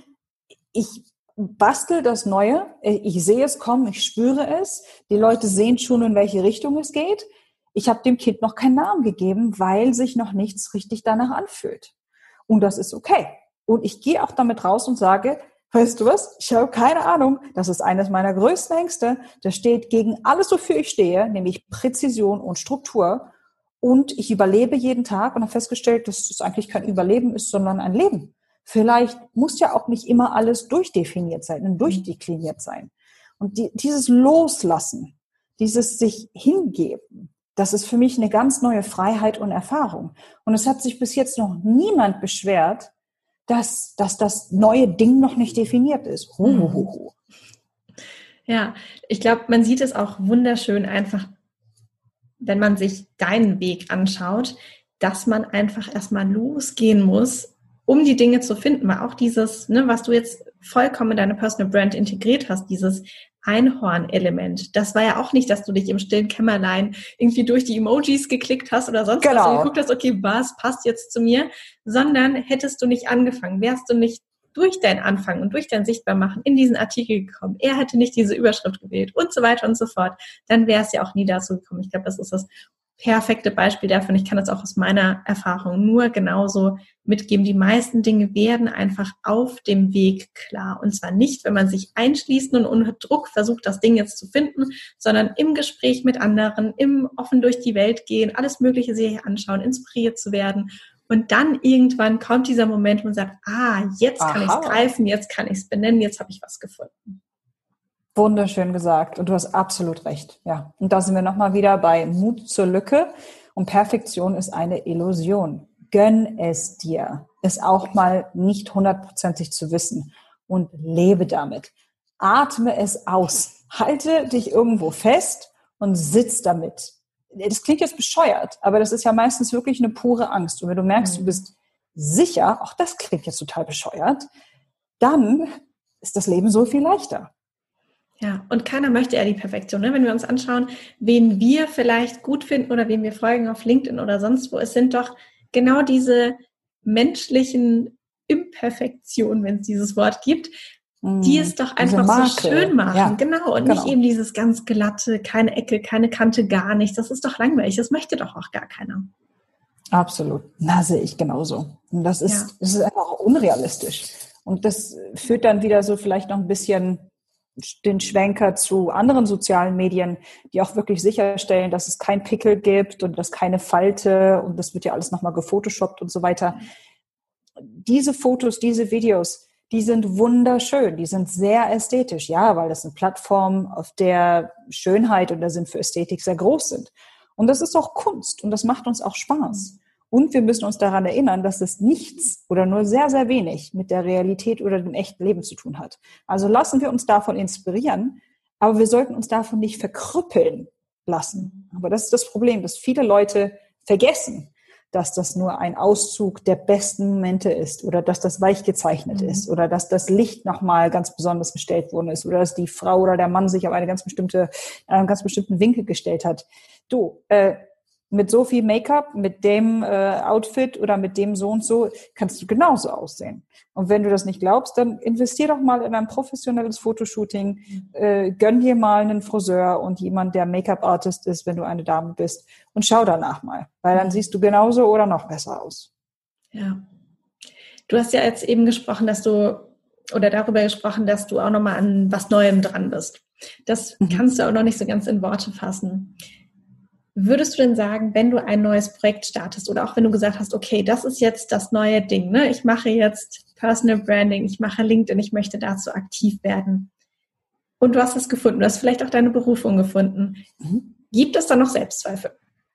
[SPEAKER 2] ich bastel das Neue, ich sehe es kommen, ich spüre es, die Leute sehen schon, in welche Richtung es geht. Ich habe dem Kind noch keinen Namen gegeben, weil sich noch nichts richtig danach anfühlt. Und das ist okay. Und ich gehe auch damit raus und sage, weißt du was, ich habe keine Ahnung, das ist eines meiner größten Ängste, das steht gegen alles, wofür ich stehe, nämlich Präzision und Struktur. Und ich überlebe jeden Tag und habe festgestellt, dass es eigentlich kein Überleben ist, sondern ein Leben. Vielleicht muss ja auch nicht immer alles durchdefiniert sein und durchdekliniert sein. Und die, dieses Loslassen, dieses sich hingeben, das ist für mich eine ganz neue Freiheit und Erfahrung. Und es hat sich bis jetzt noch niemand beschwert, dass, dass das neue Ding noch nicht definiert ist. Huhuhu.
[SPEAKER 1] Ja, ich glaube, man sieht es auch wunderschön einfach, wenn man sich deinen Weg anschaut, dass man einfach erstmal losgehen muss, um die Dinge zu finden. Weil auch dieses, ne, was du jetzt vollkommen in deine Personal Brand integriert hast, dieses Einhorn-Element, das war ja auch nicht, dass du dich im stillen Kämmerlein irgendwie durch die Emojis geklickt hast oder sonst
[SPEAKER 2] genau.
[SPEAKER 1] was und geguckt hast, okay, was passt jetzt zu mir, sondern hättest du nicht angefangen, wärst du nicht durch dein Anfang und durch dein Sichtbarmachen in diesen Artikel gekommen, er hätte nicht diese Überschrift gewählt und so weiter und so fort, dann wäre es ja auch nie dazu gekommen. Ich glaube, das ist das perfekte Beispiel dafür und ich kann das auch aus meiner Erfahrung nur genauso mitgeben. Die meisten Dinge werden einfach auf dem Weg klar und zwar nicht, wenn man sich einschließt und unter Druck versucht, das Ding jetzt zu finden, sondern im Gespräch mit anderen, im offen durch die Welt gehen, alles Mögliche sich anschauen, inspiriert zu werden und dann irgendwann kommt dieser Moment, wo man sagt, ah, jetzt kann ich es greifen, jetzt kann ich es benennen, jetzt habe ich was gefunden.
[SPEAKER 2] Wunderschön gesagt und du hast absolut recht. Ja, und da sind wir nochmal wieder bei Mut zur Lücke und Perfektion ist eine Illusion. Gönn es dir, es auch mal nicht hundertprozentig zu wissen und lebe damit. Atme es aus, halte dich irgendwo fest und sitz damit. Das klingt jetzt bescheuert, aber das ist ja meistens wirklich eine pure Angst. Und wenn du merkst, du bist sicher, auch das klingt jetzt total bescheuert, dann ist das Leben so viel leichter.
[SPEAKER 1] Ja, und keiner möchte ja die Perfektion. Ne? Wenn wir uns anschauen, wen wir vielleicht gut finden oder wen wir folgen auf LinkedIn oder sonst wo, es sind doch genau diese menschlichen Imperfektionen, wenn es dieses Wort gibt, die es doch einfach so schön machen. Ja, genau, und genau. Nicht eben dieses ganz glatte, keine Ecke, keine Kante, gar nichts. Das ist doch langweilig, das möchte doch auch gar keiner.
[SPEAKER 2] Absolut, na, sehe ich genauso. Und das ist, ja. das ist einfach unrealistisch. Und das führt dann wieder so vielleicht noch ein bisschen den Schwenker zu anderen sozialen Medien, die auch wirklich sicherstellen, dass es kein Pickel gibt und dass keine Falte und das wird ja alles nochmal gefotoshoppt und so weiter. Diese Fotos, diese Videos, die sind wunderschön, die sind sehr ästhetisch, ja, weil das eine Plattform, auf der Schönheit und der Sinn für Ästhetik sehr groß sind. Und das ist auch Kunst und das macht uns auch Spaß. Und wir müssen uns daran erinnern, dass es nichts oder nur sehr, sehr wenig mit der Realität oder dem echten Leben zu tun hat. Also lassen wir uns davon inspirieren, aber wir sollten uns davon nicht verkrüppeln lassen. Aber das ist das Problem, dass viele Leute vergessen, dass das nur ein Auszug der besten Momente ist oder dass das weich gezeichnet mhm. ist oder dass das Licht nochmal ganz besonders gestellt worden ist oder dass die Frau oder der Mann sich auf eine ganz bestimmte, einen ganz bestimmten Winkel gestellt hat. Du, äh, mit so viel Make-up, mit dem äh, Outfit oder mit dem so und so, kannst du genauso aussehen. Und wenn du das nicht glaubst, dann investier doch mal in ein professionelles Fotoshooting, äh, gönn dir mal einen Friseur und jemand, der Make-up-Artist ist, wenn du eine Dame bist und schau danach mal, weil dann siehst du genauso oder noch besser aus.
[SPEAKER 1] Ja. Du hast ja jetzt eben gesprochen, dass du, oder darüber gesprochen, dass du auch nochmal an was Neuem dran bist. Das mhm. kannst du auch noch nicht so ganz in Worte fassen. Würdest du denn sagen, wenn du ein neues Projekt startest oder auch wenn du gesagt hast, okay, das ist jetzt das neue Ding, ne? Ich mache jetzt Personal Branding, ich mache LinkedIn, ich möchte dazu aktiv werden und du hast es gefunden, du hast vielleicht auch deine Berufung gefunden. Mhm. Gibt es da noch Selbstzweifel?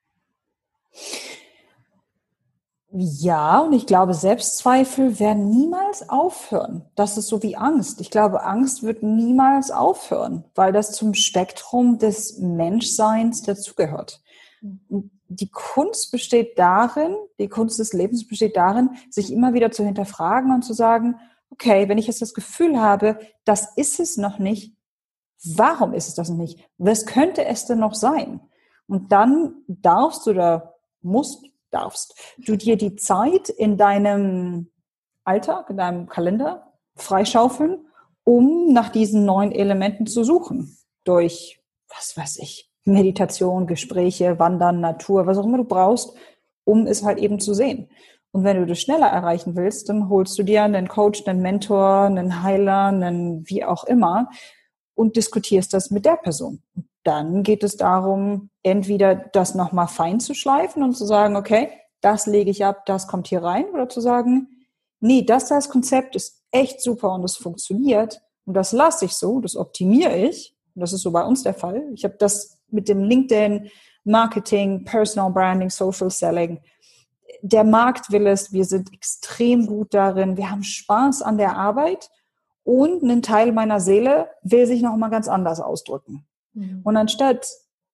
[SPEAKER 2] Ja, und ich glaube, Selbstzweifel werden niemals aufhören. Das ist so wie Angst. Ich glaube, Angst wird niemals aufhören, weil das zum Spektrum des Menschseins dazugehört. Die Kunst besteht darin, die Kunst des Lebens besteht darin, sich immer wieder zu hinterfragen und zu sagen, okay, wenn ich jetzt das Gefühl habe, das ist es noch nicht, warum ist es das noch nicht? Was könnte es denn noch sein? Und dann darfst du da, musst, darfst du dir die Zeit in deinem Alltag, in deinem Kalender freischaufeln, um nach diesen neuen Elementen zu suchen. Durch, was weiß ich, Meditation, Gespräche, Wandern, Natur, was auch immer du brauchst, um es halt eben zu sehen. Und wenn du das schneller erreichen willst, dann holst du dir einen Coach, einen Mentor, einen Heiler, einen wie auch immer und diskutierst das mit der Person. Dann geht es darum, entweder das nochmal fein zu schleifen und zu sagen, okay, das lege ich ab, das kommt hier rein, oder zu sagen, nee, das, das Konzept ist echt super und es funktioniert und das lasse ich so, das optimiere ich. Und das ist so bei uns der Fall. Ich habe das mit dem LinkedIn, Marketing, Personal Branding, Social Selling. Der Markt will es, wir sind extrem gut darin, wir haben Spaß an der Arbeit und ein Teil meiner Seele will sich noch mal ganz anders ausdrücken. Mhm. Und anstatt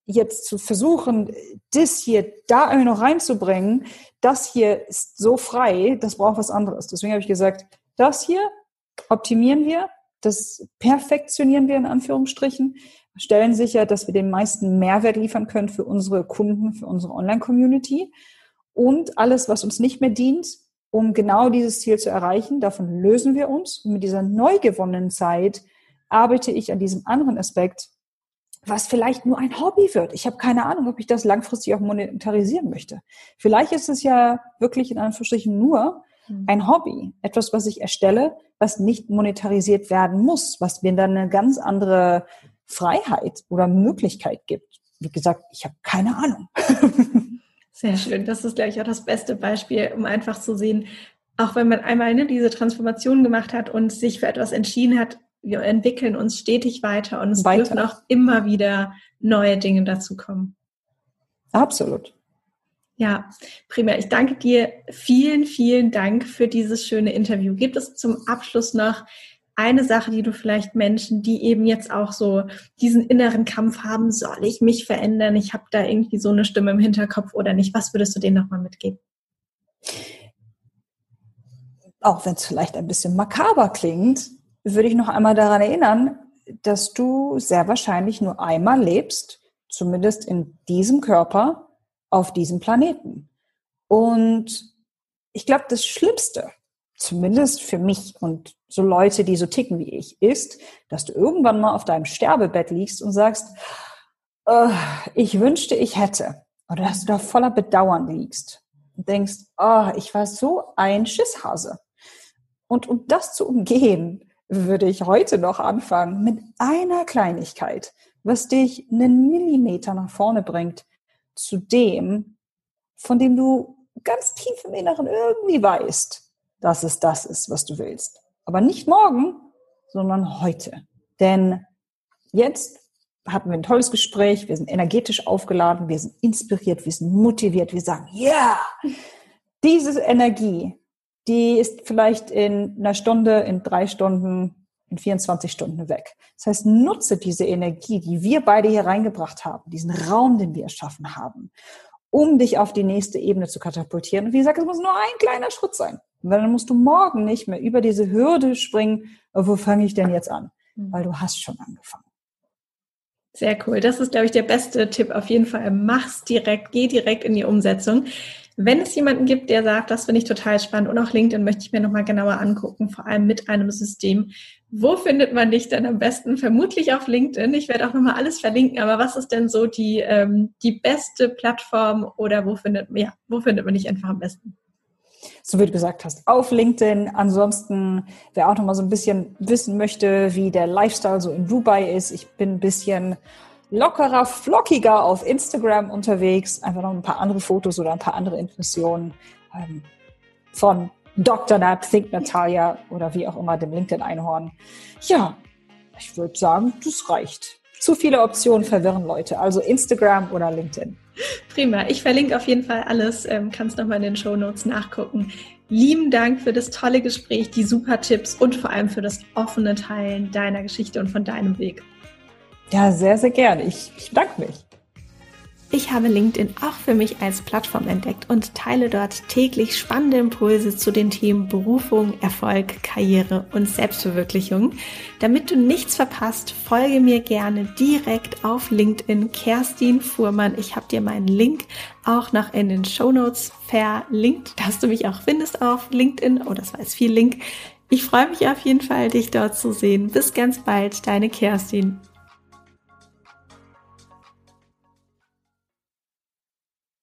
[SPEAKER 2] jetzt zu versuchen, das hier da irgendwie noch reinzubringen, das hier ist so frei, das braucht was anderes. Deswegen habe ich gesagt, das hier optimieren wir, das perfektionieren wir in Anführungsstrichen, stellen sicher, dass wir den meisten Mehrwert liefern können für unsere Kunden, für unsere Online-Community und alles, was uns nicht mehr dient, um genau dieses Ziel zu erreichen, davon lösen wir uns. Und mit dieser neu gewonnenen Zeit arbeite ich an diesem anderen Aspekt, was vielleicht nur ein Hobby wird. Ich habe keine Ahnung, ob ich das langfristig auch monetarisieren möchte. Vielleicht ist es ja wirklich in Anführungsstrichen nur ein Hobby, etwas, was ich erstelle, was nicht monetarisiert werden muss, was mir dann eine ganz andere Freiheit oder Möglichkeit gibt. Wie gesagt, ich habe keine Ahnung.
[SPEAKER 1] Sehr schön. Das ist, glaube ich, auch das beste Beispiel, um einfach zu sehen, auch wenn man einmal ne, diese Transformation gemacht hat und sich für etwas entschieden hat, wir entwickeln uns stetig weiter und es weiter. dürfen auch immer wieder neue Dinge dazu kommen.
[SPEAKER 2] Absolut.
[SPEAKER 1] Ja, prima. Ich danke dir. Vielen, vielen Dank für dieses schöne Interview. Gibt es zum Abschluss noch eine Sache, die du vielleicht Menschen, die eben jetzt auch so diesen inneren Kampf haben, soll ich mich verändern? Ich habe da irgendwie so eine Stimme im Hinterkopf oder nicht. Was würdest du denen nochmal mitgeben?
[SPEAKER 2] Auch wenn es vielleicht ein bisschen makaber klingt, würde ich noch einmal daran erinnern, dass du sehr wahrscheinlich nur einmal lebst, zumindest in diesem Körper, auf diesem Planeten. Und ich glaube, das Schlimmste, zumindest für mich und so Leute, die so ticken wie ich, ist, dass du irgendwann mal auf deinem Sterbebett liegst und sagst, oh, ich wünschte, ich hätte. Oder dass du da voller Bedauern liegst und denkst, oh, ich war so ein Schisshase. Und um das zu umgehen, würde ich heute noch anfangen mit einer Kleinigkeit, was dich einen Millimeter nach vorne bringt, zu dem, von dem du ganz tief im Inneren irgendwie weißt, dass es das ist, was du willst. Aber nicht morgen, sondern heute. Denn jetzt hatten wir ein tolles Gespräch, wir sind energetisch aufgeladen, wir sind inspiriert, wir sind motiviert, wir sagen, ja, yeah! Diese Energie, die ist vielleicht in einer Stunde, in drei Stunden, in vierundzwanzig Stunden weg. Das heißt, nutze diese Energie, die wir beide hier reingebracht haben, diesen Raum, den wir erschaffen haben, um dich auf die nächste Ebene zu katapultieren. Und wie gesagt, es muss nur ein kleiner Schritt sein. Weil dann musst du morgen nicht mehr über diese Hürde springen, wo fange ich denn jetzt an? Weil du hast schon angefangen.
[SPEAKER 1] Sehr cool. Das ist, glaube ich, der beste Tipp auf jeden Fall. Mach's direkt, geh direkt in die Umsetzung. Wenn es jemanden gibt, der sagt, das finde ich total spannend und auch LinkedIn möchte ich mir nochmal genauer angucken, vor allem mit einem System. Wo findet man dich denn am besten? Vermutlich auf LinkedIn. Ich werde auch nochmal alles verlinken, aber was ist denn so die, ähm, die beste Plattform oder wo findet, ja, wo findet man dich einfach am besten?
[SPEAKER 2] So wie du gesagt hast, auf LinkedIn. Ansonsten, wer auch noch mal so ein bisschen wissen möchte, wie der Lifestyle so in Dubai ist, ich bin ein bisschen lockerer, flockiger auf Instagram unterwegs. Einfach noch ein paar andere Fotos oder ein paar andere Impressionen ähm, von Doktor Nat, Think Natalia oder wie auch immer, dem LinkedIn-Einhorn. Ja, ich würde sagen, das reicht. Zu viele Optionen verwirren Leute. Also Instagram oder LinkedIn.
[SPEAKER 1] Prima. Ich verlinke auf jeden Fall alles. Ähm, kannst nochmal in den Shownotes nachgucken. Lieben Dank für das tolle Gespräch, die super Tipps und vor allem für das offene Teilen deiner Geschichte und von deinem Weg.
[SPEAKER 2] Ja, sehr, sehr gerne. Ich, ich bedanke mich.
[SPEAKER 1] Ich habe LinkedIn auch für mich als Plattform entdeckt und teile dort täglich spannende Impulse zu den Themen Berufung, Erfolg, Karriere und Selbstverwirklichung. Damit du nichts verpasst, folge mir gerne direkt auf LinkedIn, Kerstin Fuhrmann. Ich habe dir meinen Link auch noch in den Shownotes verlinkt, dass du mich auch findest auf LinkedIn. Oh, das war jetzt viel Link. Ich freue mich auf jeden Fall, dich dort zu sehen. Bis ganz bald, deine Kerstin.